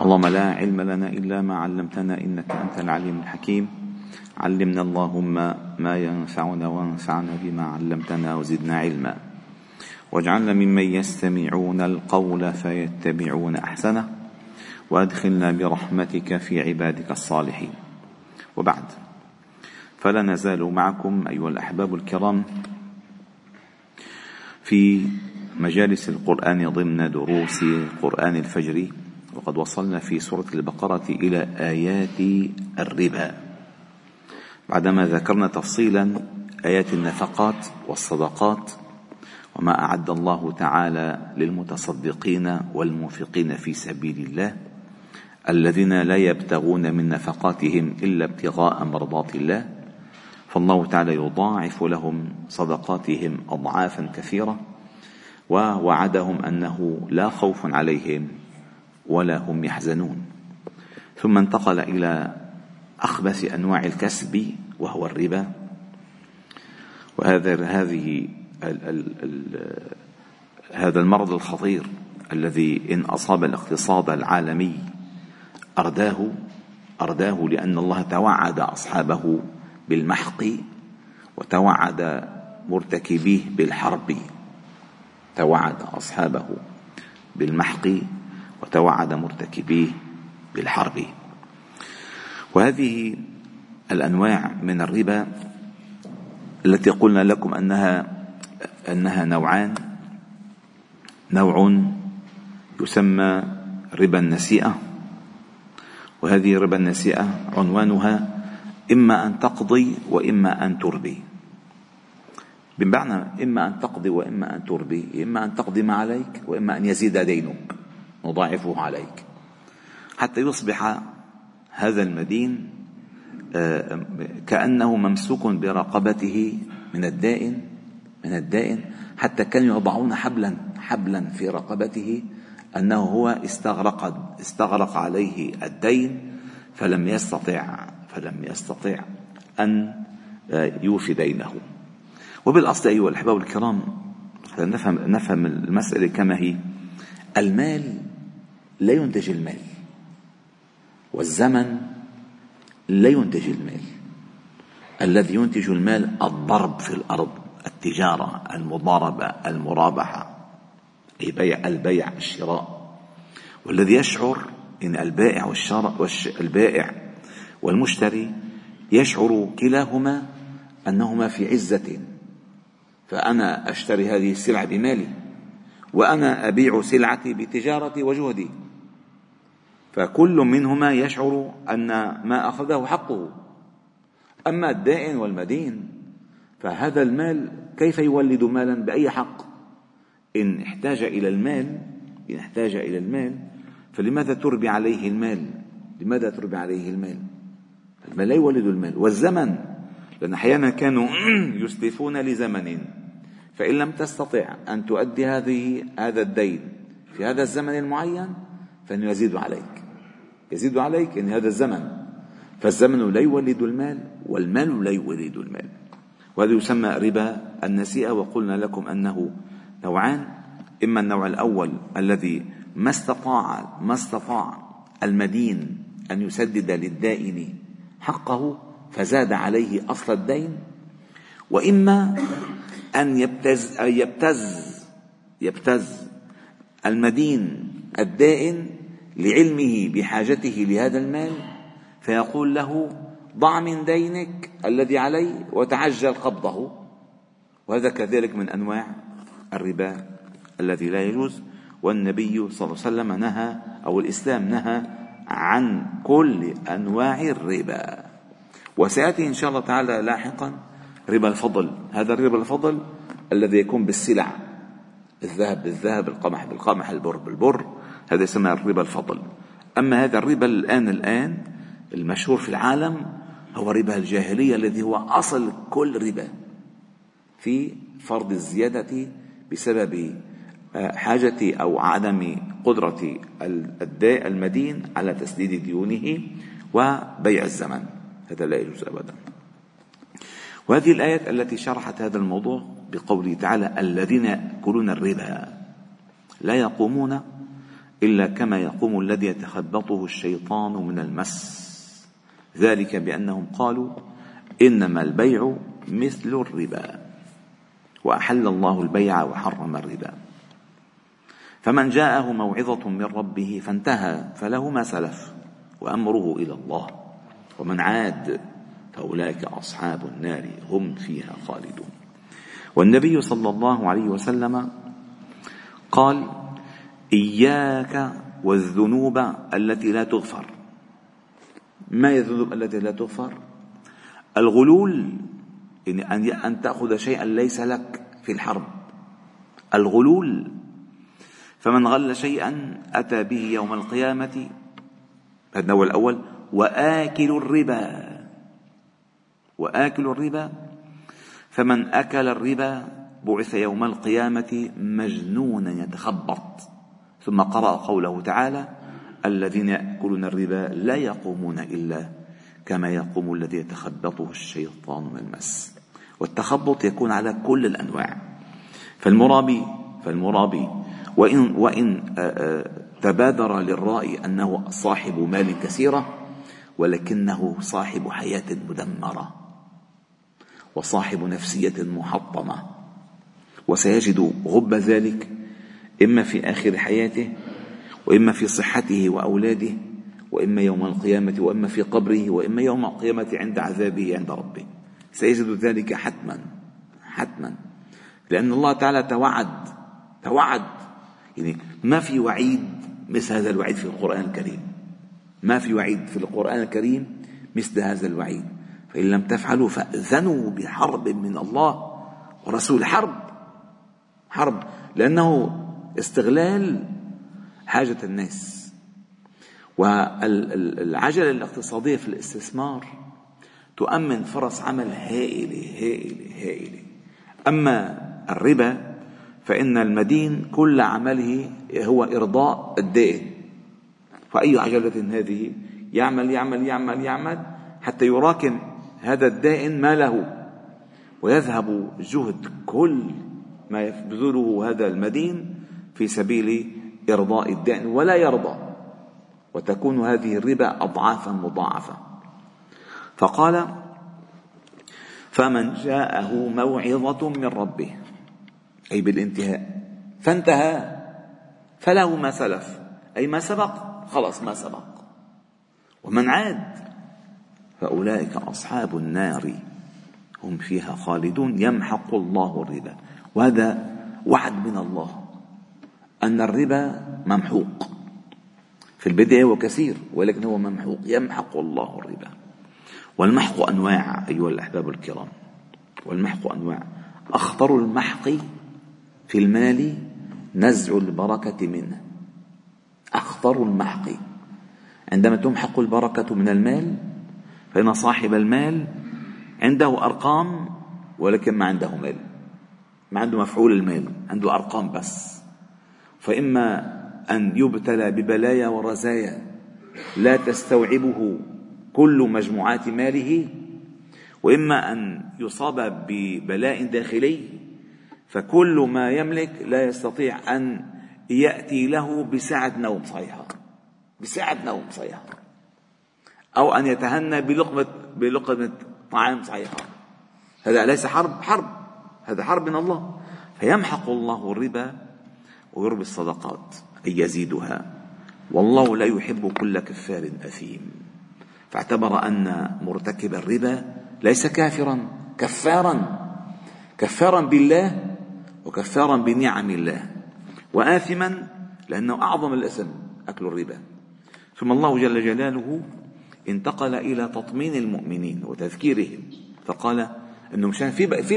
اللهم لا علم لنا إلا ما علمتنا إنك أنت العليم الحكيم. علمنا اللهم ما ينفعنا وانفعنا بما علمتنا وزدنا علما، واجعلنا ممن يستمعون القول فيتبعون أحسنه، وأدخلنا برحمتك في عبادك الصالحين. وبعد، فلا نزال معكم أيها الأحباب الكرام في مجالس القرآن ضمن دروس قرآن الفجر، وقد وصلنا في سورة البقرة إلى آيات الربا، بعدما ذكرنا تفصيلا آيات النفقات والصدقات وما أعد الله تعالى للمتصدقين والمنفقين في سبيل الله الذين لا يبتغون من نفقاتهم إلا ابتغاء مرضات الله، فالله تعالى يضاعف لهم صدقاتهم أضعافا كثيرة، ووعدهم أنه لا خوف عليهم ولا هم يحزنون. ثم انتقل إلى أخبث أنواع الكسب وهو الربا، هذا المرض الخطير الذي إن أصاب الاقتصاد العالمي أرداه لأن الله توعد أصحابه بالمحق وتوعد مرتكبيه بالحرب، توعد أصحابه بالمحق وتوعد مرتكبيه بالحرب. وهذه الأنواع من الربا التي قلنا لكم أنها نوعان: نوع يسمى ربا النسيئة، وهذه ربا النسيئة عنوانها إما أن تقضي وإما أن تربي، بمعنى إما أن تقضي وإما أن تربي، إما أن تقضي ما عليك وإما أن يزيد دينك نضاعفه عليك، حتى يصبح هذا المدين كأنه ممسوك برقبته من الدائن، حتى كانوا يضعون حبلا في رقبته أنه هو استغرق عليه الدين فلم يستطع أن يوفي دينه. وبالأصل أيها الأحباب الكرام، نفهم المسألة كما هي: المال لا ينتج المال، والزمن لا ينتج المال. الذي ينتج المال الضرب في الأرض، التجارة، المضاربة، المرابحة، البيع الشراء. والذي يشعر إن البائع والمشتري يشعر كلاهما أنهما في عزة، فأنا أشتري هذه السلعة بمالي وأنا أبيع سلعتي بتجارتي وجهدي، فكل منهما يشعر أن ما أخذه حقه. أما الدائن والمدين فهذا المال كيف يولد مالا بأي حق؟ إن احتاج إلى المال فلماذا تربي عليه المال؟ المال لا يولد المال. والزمن، لأن أحيانا كانوا يسلفون لزمن، فإن لم تستطع أن تؤدي هذا الدين في هذا الزمن المعين فإنه يزيد عليك إن هذا الزمن، فالزمن لا يولد المال والمال لا يولد المال. وهذا يسمى ربا النسيئة. وقلنا لكم أنه نوعان: إما النوع الأول الذي ما استطاع المدين أن يسدد للدائن حقه فزاد عليه أصل الدين، وإما أن يبتز المدين الدائن لعلمه بحاجته لهذا المال، فيقول له: ضع من دينك الذي علي وتعجل قبضه. وهذا كذلك من أنواع الربا الذي لا يجوز. والنبي صلى الله عليه وسلم نهى، أو الإسلام نهى عن كل أنواع الربا. وسيأتي إن شاء الله تعالى لاحقا ربا الفضل. هذا الربا الفضل الذي يكون بالسلع، الذهب بالذهب، القمح بالقمح، البر بالبر، هذا يسمى الربا الفضل. أما هذا الربا الآن المشهور في العالم هو ربا الجاهلية، الذي هو أصل كل ربا، في فرض الزيادة بسبب حاجة أو عدم قدرة المدين على تسديد ديونه وبيع الزمن. هذا لا يجوز أبدا. وهذه الآيات التي شرحت هذا الموضوع بقوله تعالى: الذين يأكلون الربا لا يقومون إلا كما يقوم الذي يتخبطه الشيطان من المس، ذلك بأنهم قالوا إنما البيع مثل الربا وأحل الله البيع وحرم الربا. فمن جاءه موعظة من ربه فانتهى فله ما سلف وأمره إلى الله، ومن عاد فأولئك أصحاب النار هم فيها خالدون. والنبي صلى الله عليه وسلم قال: إياك والذنوب التي لا تغفر. ما هي الذنوب التي لا تغفر؟ الغلول، يعني أن تأخذ شيئا ليس لك في الحرب، الغلول. فمن غل شيئا أتى به يوم القيامة، هذا النوع الأول. وآكل الربا فمن أكل الربا بعث يوم القيامة مجنونا يتخبط. ثم قرأ قوله تعالى: الذين يأكلون الربا لا يقومون إلا كما يقوم الذي يتخبطه الشيطان من المس. والتخبط يكون على كل الأنواع. فالمرابي وإن تبادر للرأي أنه صاحب مال كثيرة، ولكنه صاحب حياة مدمرة وصاحب نفسية محطمة، وسيجد غب ذلك إما في آخر حياته، وإما في صحته وأولاده، وإما يوم القيامة، وإما في قبره، وإما يوم القيامة عند عذابه عند ربه. سيجد ذلك حتما، لأن الله تعالى توعد. يعني ما في وعيد مثل هذا الوعيد في القرآن الكريم، ما في وعيد في القرآن الكريم مثل هذا الوعيد. فإن لم تفعلوا فأذنوا بحرب من الله ورسول. حرب، لأنه استغلال حاجة الناس. والعجلة الاقتصادية في الاستثمار تؤمن فرص عمل هائلة. أما الربا فإن المدين كل عمله هو إرضاء الدائن، فأي عجلة هذه يعمل حتى يراكم هذا الدائن ما له، ويذهب جهد كل ما يبذله هذا المدين في سبيل إرضاء الدائن ولا يرضى، وتكون هذه الربا أضعافا مضاعفة. فقال: فمن جاءه موعظة من ربه، أي بالانتهاء، فانتهى فله ما سلف، أي ما سبق خلص ما سبق، ومن عاد فأولئك أصحاب النار هم فيها خالدون يمحق الله الربا. وهذا وعد من الله أن الربا ممحوق في البداية وكثير، ولكن هو ممحوق، يمحق الله الربا. والمحق أنواع أيها الأحباب الكرام، والمحق أنواع. أخطر المحق في المال نزع البركة منه. أخطر المحق عندما تمحق البركة من المال، فإن صاحب المال عنده أرقام ولكن ما عنده مال، ما عنده مفعول المال، عنده أرقام بس. فإما أن يبتلى ببلايا ورزايا لا تستوعبه كل مجموعات ماله، وإما أن يصاب ببلاء داخلي فكل ما يملك لا يستطيع أن يأتي له بساعة نوم صحيحة، أو أن يتهنى بلقمة طعام صحيحة. هذا ليس حرب، هذا حرب من الله. فيمحق الله الربا ويربي الصدقات، أي يزيدها، والله لا يحب كل كفار أثيم. فاعتبر أن مرتكب الربا ليس كافرا، كفارا بالله وكفارا بنعم الله، وآثما لأنه أعظم الإثم أكل الربا. ثم الله جل جلاله انتقل إلى تطمين المؤمنين وتذكيرهم، فقال إنه مشان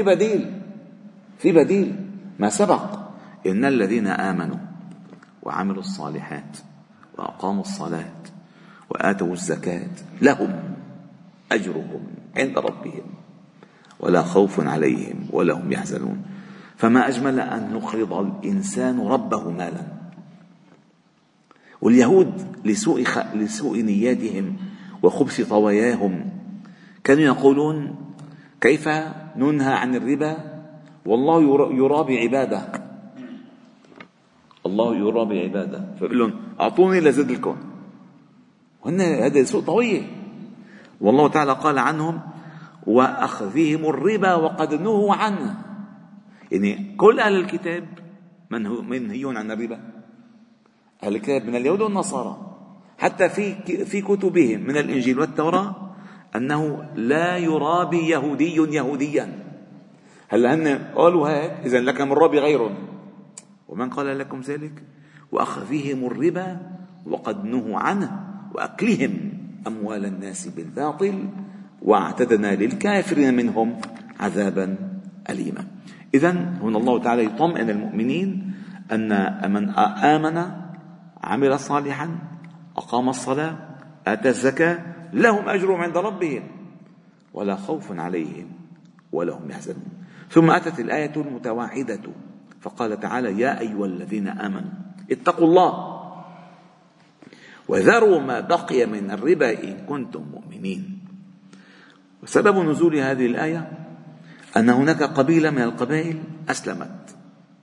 في بديل ما سبق: إن الذين آمنوا وعملوا الصالحات وأقاموا الصلاة وآتوا الزكاة لهم أجرهم عند ربهم ولا خوف عليهم ولا هم يحزنون. فما أجمل أن يقرض الإنسان ربه مالا. واليهود لسوء نياتهم وخبث طواياهم كانوا يقولون: كيف ننهى عن الربا والله يرابي عباده؟ الله يرى بالعبادة، فبقول لهم أعطوني لزد لكم. وهن هذا سوء طويل. والله تعالى قال عنهم وأخذهم الربا وقد نهوا عنه. يعني كل أهل الكتاب منهيون عن الربا. أهل الكتاب من اليهود والنصارى حتى في كتبهم من الإنجيل والتوراة أنه لا يرابي يهودي يهوديا. هلا هن قالوا هيك، إذا لكم الرابي غيرهم. ومن قال لكم ذلك؟ وأخذهم الربا وقد نهوا عنه وأكلهم أموال الناس بالباطل واعتدنا للكافرين منهم عذابا أليما. إذن هنا الله تعالى يطمئن المؤمنين أن من آمن عمل صالحا أقام الصلاة آتى الزكاة لهم أجرهم عند ربهم ولا خوف عليهم ولا هم يحزنون. ثم أتت الآية المتواعدة فقال تعالى يا أيها الذين آمنوا اتقوا الله وذروا ما بقي من الربا إن كنتم مؤمنين. وسبب نزول هذه الآية أن هناك قبيلة من القبائل أسلمت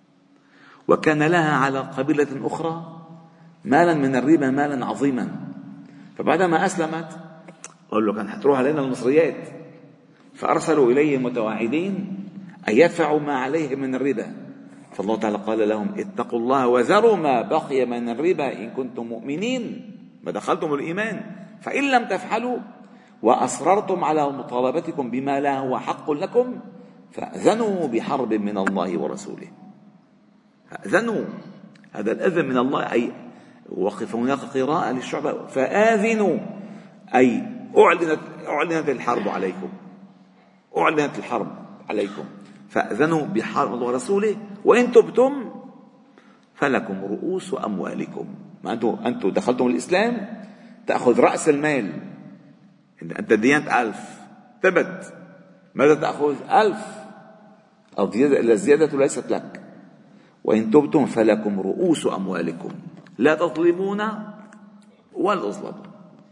وكان لها على قبيلة أخرى مالا من الربا مالا عظيما، فبعدما أسلمت قالوا له كان حتروح علينا المصريات، فأرسلوا إليهم متواعدين أن يدفعوا ما عليه من الربا. فالله تعالى قال لهم اتقوا الله وذروا ما بقي من الربا إن كنتم مؤمنين، ما دخلتم الإيمان، فإن لم تفعلوا وأصررتم على مطالبتكم بما لا هو حق لكم فأذنوا بحرب من الله ورسوله. فأذنوا، هذا الأذن من الله، أي وقف هناك قراءة للشعب فآذنوا، أي أعلنت الحرب عليكم، أعلنت الحرب عليكم، فأذنوا بحرب الله ورسوله وإن تبتم فلكم رؤوس أموالكم. ما أنتم دخلتم الإسلام تأخذ رأس المال، أنت ديانة 1000 ثبت، ماذا تأخذ؟ 1000 أو الزيادة ليست لك. وإن تبتم فلكم رؤوس أموالكم لا تظلمون ولا تظلمون.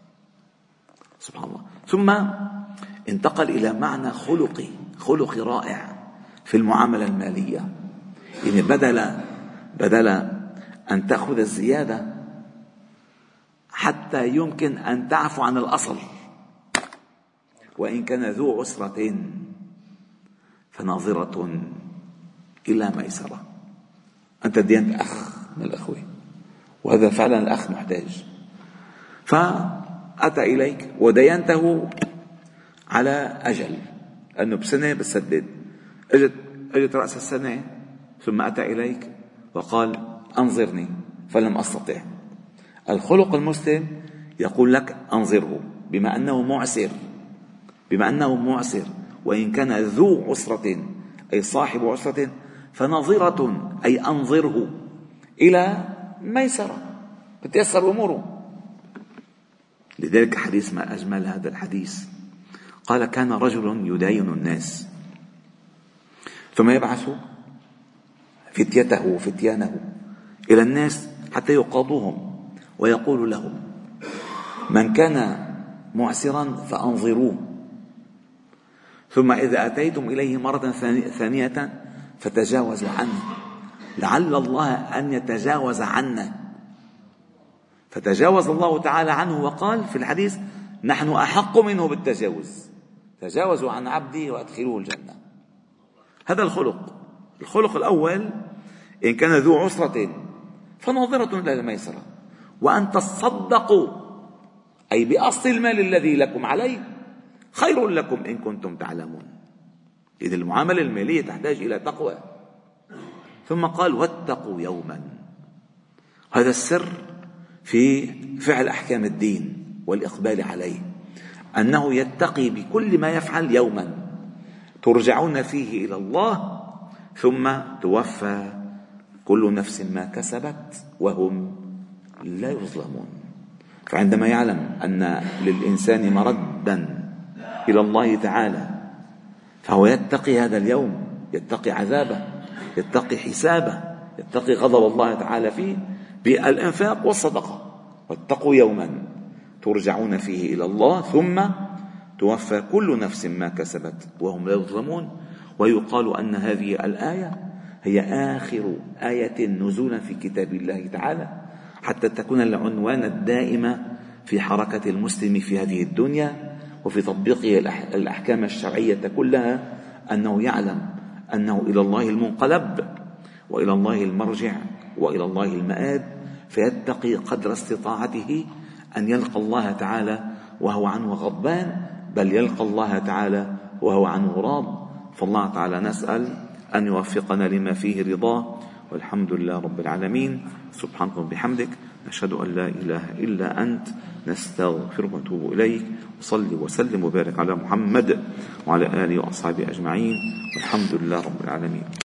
سبحان الله. ثم انتقل إلى معنى خلقي رائع في المعاملة المالية. يعني بدل أن تأخذ الزيادة حتى يمكن أن تعفو عن الأصل، وإن كان ذو عسرة فناظرة إلى ميسرة. أنت دينت أخ من الأخوة وهذا فعلا الأخ محتاج، فأتى إليك ودينته على أجل أنه بسنة بتسدد، أجت رأس السنة ثم أتى إليك وقال أنظرني فلم أستطع. الخلق المسلم يقول لك أنظره بما أنه معسر وإن كان ذو عسرة أي صاحب عسرة فنظرة أي أنظره إلى ميسرة بتيسر أموره. لذلك حديث ما أجمل هذا الحديث، قال كان رجل يداين الناس ثم يبعث فتيته وفتيانه إلى الناس حتى يقاضوهم ويقول لهم من كان معسرا فأنظروه، ثم إذا أتيتم إليه مرة ثانية فتجاوزوا عنه لعل الله أن يتجاوز عنا. فتجاوز الله تعالى عنه وقال في الحديث نحن أحق منه بالتجاوز، تجاوزوا عن عبدي وأدخلوه الجنة. هذا الخلق الأول إن كان ذو عسرة فناظرة إلى الميسرة، وأن تصدقوا أي بأصل المال الذي لكم عليه خير لكم إن كنتم تعلمون. إذ المعاملة المالية تحتاج إلى تقوى. ثم قال واتقوا يوما، هذا السر في فعل أحكام الدين والإقبال عليه، أنه يتقي بكل ما يفعل يوما ترجعون فيه إلى الله ثم توفى كل نفس ما كسبت وهم لا يظلمون. فعندما يعلم أن للإنسان مردا إلى الله تعالى فهو يتقي هذا اليوم، يتقي عذابه، يتقي حسابه، يتقي غضب الله تعالى فيه بالإنفاق والصدقة. واتقوا يوما ترجعون فيه إلى الله ثم توفى كل نفس ما كسبت وهم لا يظلمون. ويقال أن هذه الآية هي آخر آية نزولا في كتاب الله تعالى، حتى تكون العنوان الدائم في حركة المسلم في هذه الدنيا وفي تطبيقه الأحكام الشرعية كلها، أنه يعلم أنه إلى الله المنقلب وإلى الله المرجع وإلى الله المآب، فيتقي قدر استطاعته أن يلقى الله تعالى وهو عنه غضبان، بل يلقى الله تعالى وهو عنه راض. فالله تعالى نسأل أن يوفقنا لما فيه رضاه، والحمد لله رب العالمين. سبحانك وبحمدك، نشهد أن لا إله إلا أنت، نستغفرك ونتوب إليك. وصلي وسلم وبارك على محمد وعلى آله وأصحابه أجمعين، والحمد لله رب العالمين.